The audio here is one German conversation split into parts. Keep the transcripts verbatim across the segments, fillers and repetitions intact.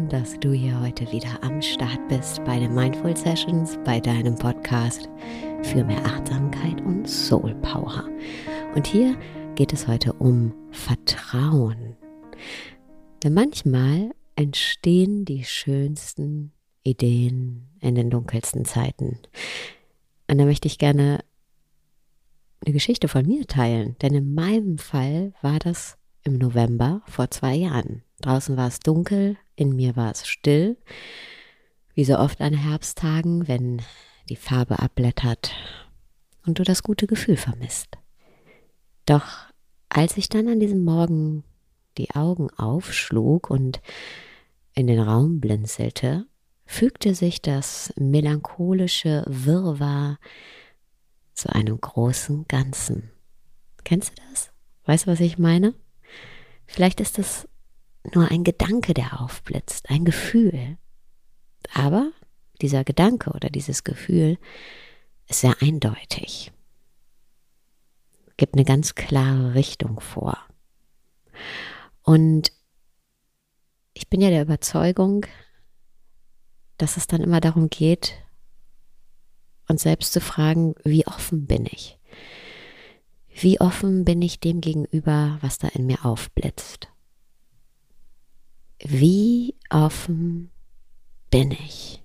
schön, dass du hier heute wieder am Start bist bei den Mindful Sessions, bei deinem Podcast für mehr Achtsamkeit und Soul Power. Und hier geht es heute um Vertrauen. Denn manchmal entstehen die schönsten Ideen in den dunkelsten Zeiten. Und da möchte ich gerne eine Geschichte von mir teilen, denn in meinem Fall war das im November vor zwei Jahren. Draußen war es dunkel, in mir war es still, wie so oft an Herbsttagen, wenn die Farbe abblättert und du das gute Gefühl vermisst. Doch als ich dann an diesem Morgen die Augen aufschlug und in den Raum blinzelte, fügte sich das melancholische Wirrwarr zu einem großen Ganzen. Kennst du das? Weißt du, was ich meine? Vielleicht ist es nur ein Gedanke, der aufblitzt, ein Gefühl. Aber dieser Gedanke oder dieses Gefühl ist sehr eindeutig. Gibt eine ganz klare Richtung vor. Und ich bin ja der Überzeugung, dass es dann immer darum geht, uns selbst zu fragen, wie offen bin ich? Wie offen bin ich dem gegenüber, was da in mir aufblitzt? Wie offen bin ich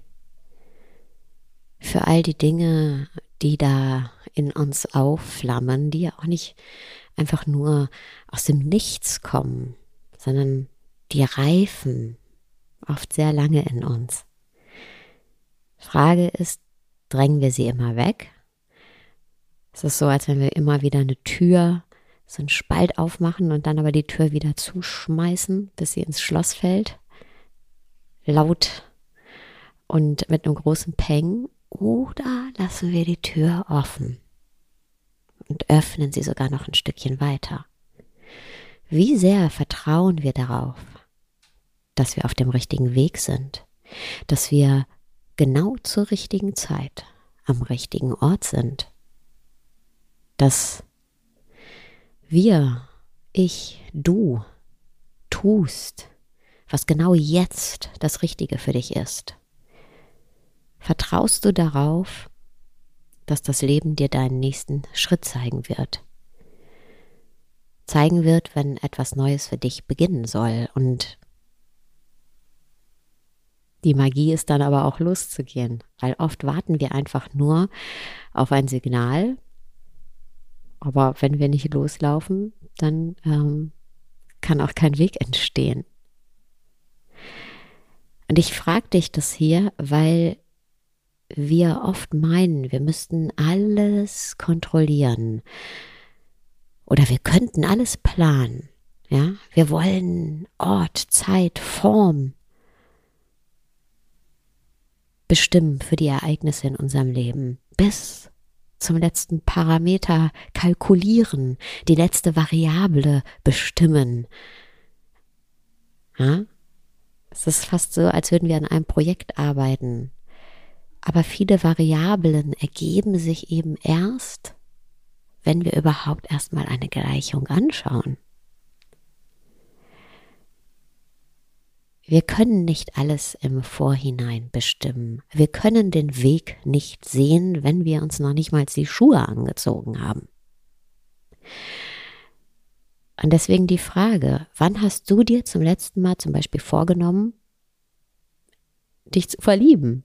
für all die Dinge, die da in uns aufflammen, die ja auch nicht einfach nur aus dem Nichts kommen, sondern die reifen oft sehr lange in uns. Frage ist, drängen wir sie immer weg? Es ist so, als wenn wir immer wieder eine Tür, so einen Spalt aufmachen und dann aber die Tür wieder zuschmeißen, bis sie ins Schloss fällt. Laut und mit einem großen Peng. Oder lassen wir die Tür offen und öffnen sie sogar noch ein Stückchen weiter. Wie sehr vertrauen wir darauf, dass wir auf dem richtigen Weg sind, dass wir genau zur richtigen Zeit am richtigen Ort sind, dass wir, ich, du tust, was genau jetzt das Richtige für dich ist. Vertraust du darauf, dass das Leben dir deinen nächsten Schritt zeigen wird? Zeigen wird, wenn etwas Neues für dich beginnen soll. Und die Magie ist dann aber auch loszugehen, weil oft warten wir einfach nur auf ein Signal. Aber wenn wir nicht loslaufen, dann ähm, kann auch kein Weg entstehen. Und ich frage dich das hier, weil wir oft meinen, wir müssten alles kontrollieren oder wir könnten alles planen. Ja? Wir wollen Ort, Zeit, Form bestimmen für die Ereignisse in unserem Leben. Bis zum letzten Parameter kalkulieren, die letzte Variable bestimmen. Ja? Es ist fast so, als würden wir an einem Projekt arbeiten. Aber viele Variablen ergeben sich eben erst, wenn wir überhaupt erstmal eine Gleichung anschauen. Wir können nicht alles im Vorhinein bestimmen. Wir können den Weg nicht sehen, wenn wir uns noch nicht mal die Schuhe angezogen haben. Und deswegen die Frage, wann hast du dir zum letzten Mal zum Beispiel vorgenommen, dich zu verlieben?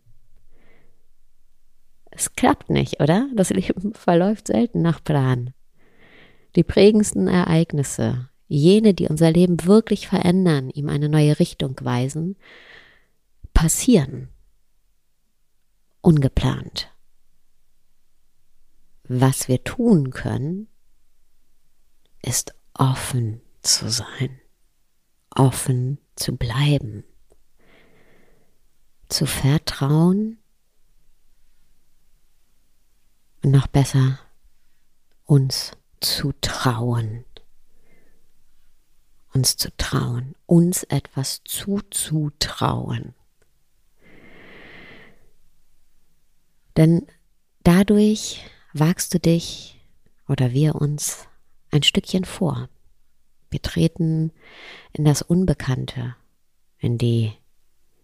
Es klappt nicht, oder? Das Leben verläuft selten nach Plan. Die prägendsten Ereignisse, jene, die unser Leben wirklich verändern, ihm eine neue Richtung weisen, passieren ungeplant. Was wir tun können, ist offen zu sein, offen zu bleiben, zu vertrauen und noch besser uns zu trauen. Uns zu trauen, uns etwas zuzutrauen. Denn dadurch wagst du dich oder wir uns ein Stückchen vor. Wir treten in das Unbekannte, in die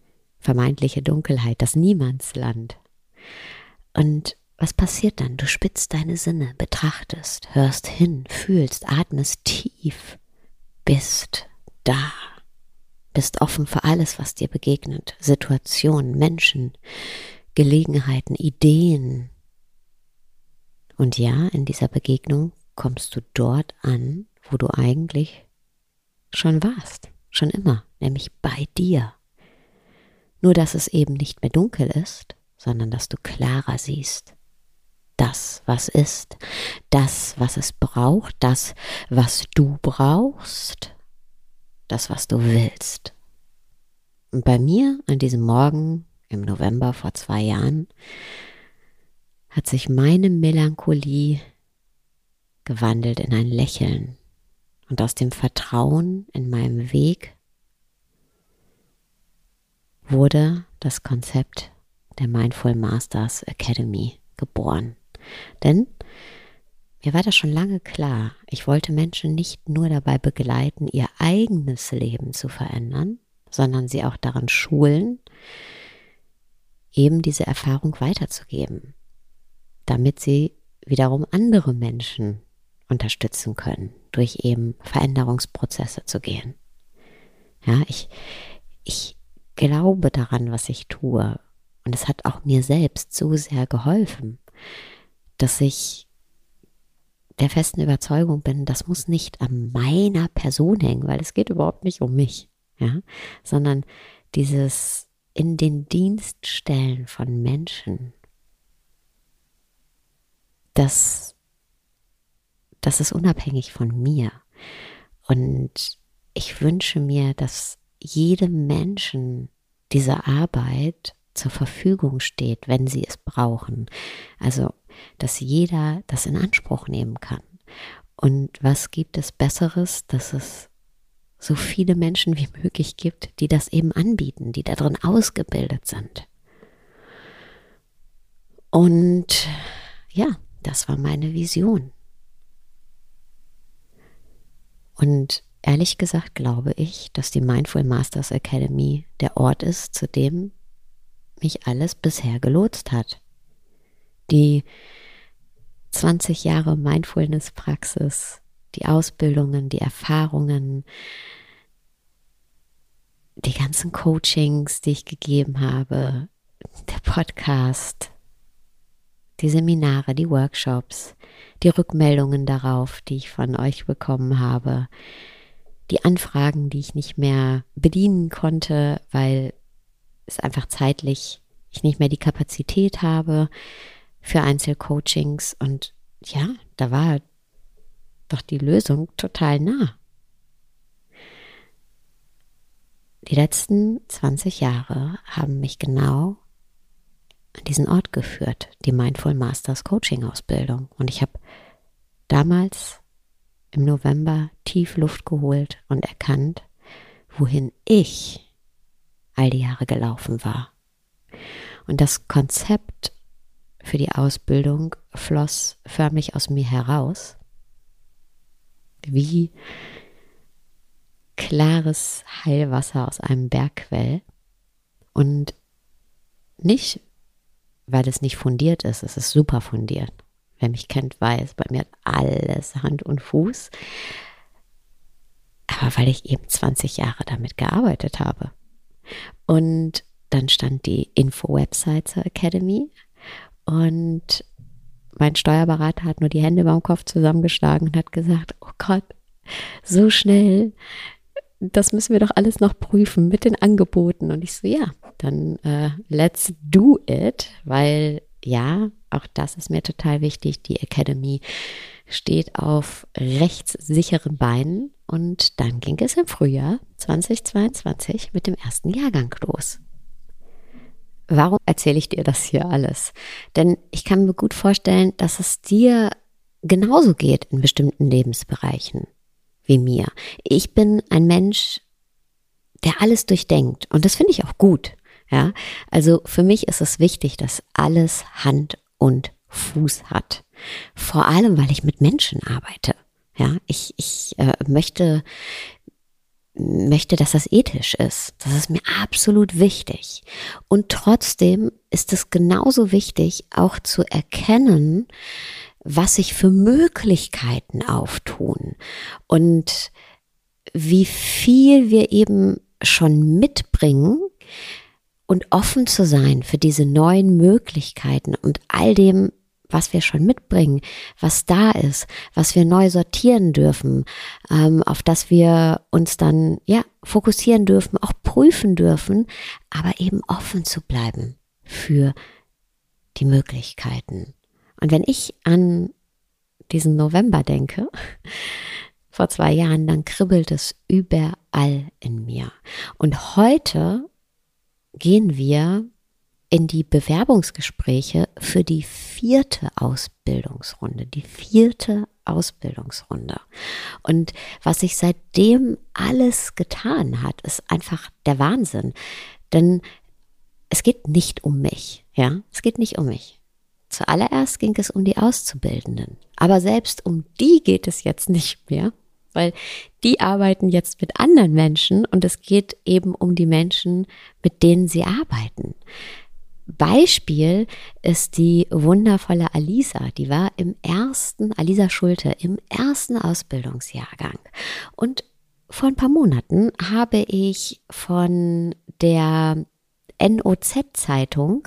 vermeintliche Dunkelheit, das Niemandsland. Und was passiert dann? Du spitzt deine Sinne, betrachtest, hörst hin, fühlst, atmest tief, bist da, bist offen für alles, was dir begegnet, Situationen, Menschen, Gelegenheiten, Ideen. Und ja, in dieser Begegnung kommst du dort an, wo du eigentlich schon warst, schon immer, nämlich bei dir. Nur, dass es eben nicht mehr dunkel ist, sondern dass du klarer siehst. Das, was ist, das, was es braucht, das, was du brauchst, das, was du willst. Und bei mir an diesem Morgen im November vor zwei Jahren hat sich meine Melancholie gewandelt in ein Lächeln und aus dem Vertrauen in meinem Weg wurde das Konzept der Mindful Masters Academy geboren. Denn mir war das schon lange klar, ich wollte Menschen nicht nur dabei begleiten, ihr eigenes Leben zu verändern, sondern sie auch daran schulen, eben diese Erfahrung weiterzugeben, damit sie wiederum andere Menschen unterstützen können, durch eben Veränderungsprozesse zu gehen. Ja, ich, ich glaube daran, was ich tue. Und es hat auch mir selbst so sehr geholfen, dass ich der festen Überzeugung bin, das muss nicht an meiner Person hängen, weil es geht überhaupt nicht um mich, ja, sondern dieses in den Dienst stellen von Menschen, das, das ist unabhängig von mir. Und ich wünsche mir, dass jedem Menschen diese Arbeit zur Verfügung steht, wenn sie es brauchen. Also, dass jeder das in Anspruch nehmen kann. Und was gibt es Besseres, dass es so viele Menschen wie möglich gibt, die das eben anbieten, die darin ausgebildet sind. Und ja, das war meine Vision. Und ehrlich gesagt glaube ich, dass die Mindful Masters Academy der Ort ist, zu dem mich alles bisher gelotst hat. Die zwanzig Jahre Mindfulness-Praxis, die Ausbildungen, die Erfahrungen, die ganzen Coachings, die ich gegeben habe, der Podcast, die Seminare, die Workshops, die Rückmeldungen darauf, die ich von euch bekommen habe, die Anfragen, die ich nicht mehr bedienen konnte, weil es einfach zeitlich ich nicht mehr die Kapazität habe für Einzelcoachings. Und ja, da war doch die Lösung total nah. Die letzten zwanzig Jahre haben mich genau an diesen Ort geführt, die Mindful Masters Coaching Ausbildung. Und ich habe damals im November tief Luft geholt und erkannt, wohin ich all die Jahre gelaufen war. Und das Konzept für die Ausbildung floss förmlich aus mir heraus, wie klares Heilwasser aus einem Bergquell. Und nicht, weil es nicht fundiert ist, es ist super fundiert. Wer mich kennt, weiß, bei mir hat alles Hand und Fuß. Aber weil ich eben zwanzig Jahre damit gearbeitet habe. Und dann stand die Info-Website zur Academy und mein Steuerberater hat nur die Hände beim Kopf zusammengeschlagen und hat gesagt, oh Gott, so schnell, das müssen wir doch alles noch prüfen mit den Angeboten. Und ich so, ja, dann äh, let's do it, weil ja, auch das ist mir total wichtig. Die Academy steht auf rechtssicheren Beinen und dann ging es im Frühjahr zweitausendzweiundzwanzig mit dem ersten Jahrgang los. Warum erzähle ich dir das hier alles? Denn ich kann mir gut vorstellen, dass es dir genauso geht in bestimmten Lebensbereichen wie mir. Ich bin ein Mensch, der alles durchdenkt und das finde ich auch gut. Ja, also für mich ist es wichtig, dass alles Hand und Fuß hat. Vor allem, weil ich mit Menschen arbeite. Ja, ich, ich äh, möchte möchte, dass das ethisch ist. Das ist mir absolut wichtig. Und trotzdem ist es genauso wichtig, auch zu erkennen, was sich für Möglichkeiten auftun und wie viel wir eben schon mitbringen und offen zu sein für diese neuen Möglichkeiten und all dem, was wir schon mitbringen, was da ist, was wir neu sortieren dürfen, ähm, auf das wir uns dann ja fokussieren dürfen, auch prüfen dürfen, aber eben offen zu bleiben für die Möglichkeiten. Und wenn ich an diesen November denke, vor zwei Jahren, dann kribbelt es überall in mir. Und heute gehen wir in die Bewerbungsgespräche für die vierte Ausbildungsrunde, die vierte Ausbildungsrunde. Und was sich seitdem alles getan hat, ist einfach der Wahnsinn. Denn es geht nicht um mich, ja, es geht nicht um mich. Zuallererst ging es um die Auszubildenden. Aber selbst um die geht es jetzt nicht mehr, weil die arbeiten jetzt mit anderen Menschen und es geht eben um die Menschen, mit denen sie arbeiten. Beispiel ist die wundervolle Alisa, die war im ersten, Alisa Schulte, im ersten Ausbildungsjahrgang. Und vor ein paar Monaten habe ich von der N O Z-Zeitung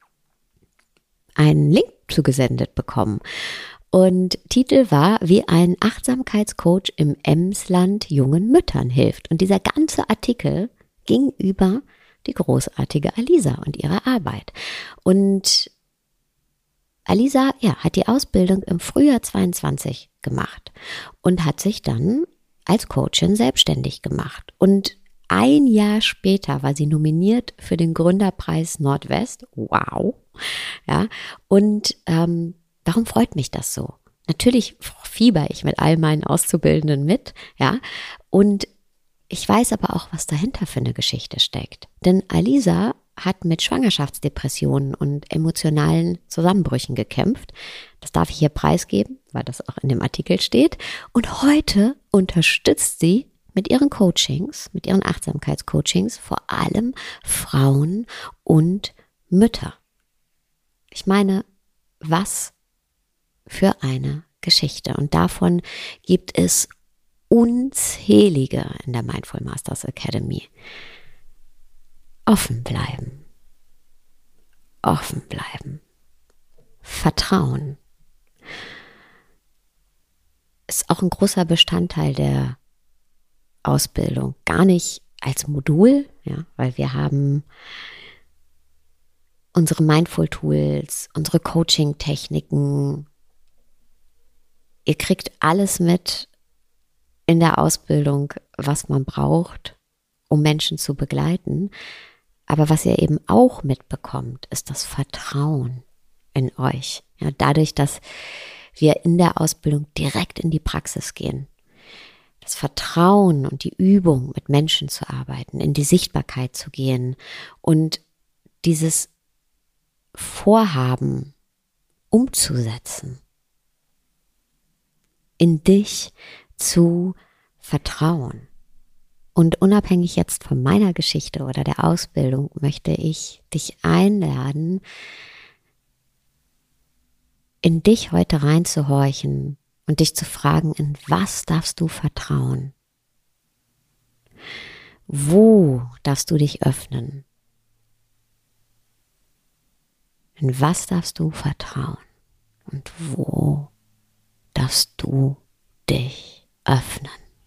einen Link zugesendet bekommen. Und Titel war, wie ein Achtsamkeitscoach im Emsland jungen Müttern hilft. Und dieser ganze Artikel ging über die großartige Alisa und ihre Arbeit. Und Alisa, ja, hat die Ausbildung im Frühjahr zweiundzwanzig gemacht und hat sich dann als Coachin selbstständig gemacht. Und ein Jahr später war sie nominiert für den Gründerpreis Nordwest. Wow. Ja, und ähm, warum freut mich das so? Natürlich fieber ich mit all meinen Auszubildenden mit, ja, und ich weiß aber auch, was dahinter für eine Geschichte steckt. Denn Alisa hat mit Schwangerschaftsdepressionen und emotionalen Zusammenbrüchen gekämpft. Das darf ich hier preisgeben, weil das auch in dem Artikel steht. Und heute unterstützt sie mit ihren Coachings, mit ihren Achtsamkeitscoachings vor allem Frauen und Mütter. Ich meine, was für eine Geschichte. Und davon gibt es unzählige in der Mindful Masters Academy. Offen bleiben. Offen bleiben. Vertrauen. Ist auch ein großer Bestandteil der Ausbildung. Gar nicht als Modul, ja, weil wir haben unsere Mindful Tools, unsere Coaching-Techniken. Ihr kriegt alles mit in der Ausbildung, was man braucht, um Menschen zu begleiten. Aber was ihr eben auch mitbekommt, ist das Vertrauen in euch. Ja, dadurch, dass wir in der Ausbildung direkt in die Praxis gehen. Das Vertrauen und die Übung, mit Menschen zu arbeiten, in die Sichtbarkeit zu gehen und dieses Vorhaben umzusetzen, in dich zu vertrauen. Und unabhängig jetzt von meiner Geschichte oder der Ausbildung möchte ich dich einladen, in dich heute reinzuhorchen und dich zu fragen, in was darfst du vertrauen? Wo darfst du dich öffnen? In was darfst du vertrauen? Und wo darfst du dich öffnen?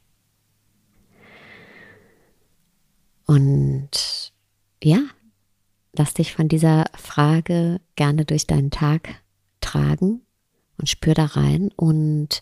Und ja, lass dich von dieser Frage gerne durch deinen Tag tragen und spür da rein. Und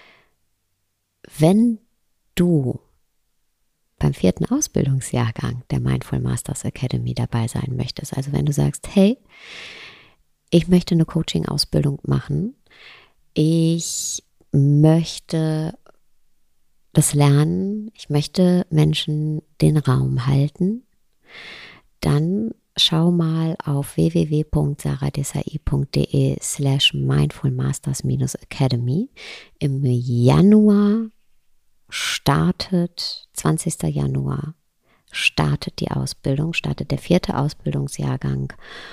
wenn du beim vierten Ausbildungsjahrgang der Mindful Masters Academy dabei sein möchtest, also wenn du sagst, hey, ich möchte eine Coaching-Ausbildung machen, ich möchte das lernen, ich möchte Menschen den Raum halten, dann schau mal auf w w w punkt sarah desai punkt de slash mindfulmasters academy. Im Januar startet zwanzigster Januar, startet die Ausbildung, startet der vierte Ausbildungsjahrgang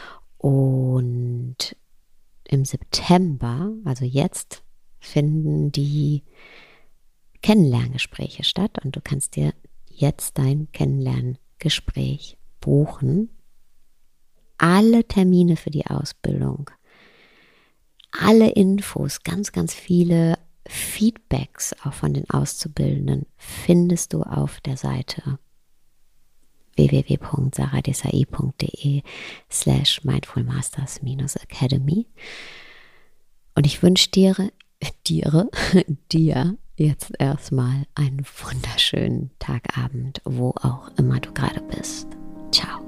und im September, also jetzt, finden die Kennenlerngespräche statt und du kannst dir jetzt dein Kennenlerngespräch buchen. Alle Termine für die Ausbildung, alle Infos, ganz, ganz viele Feedbacks auch von den Auszubildenden findest du auf der Seite w w w punkt saradesai punkt de slash mindfulmasters minus academy. Und ich wünsche dir, dir, dir jetzt erstmal einen wunderschönen Tagabend, wo auch immer du gerade bist. Ciao.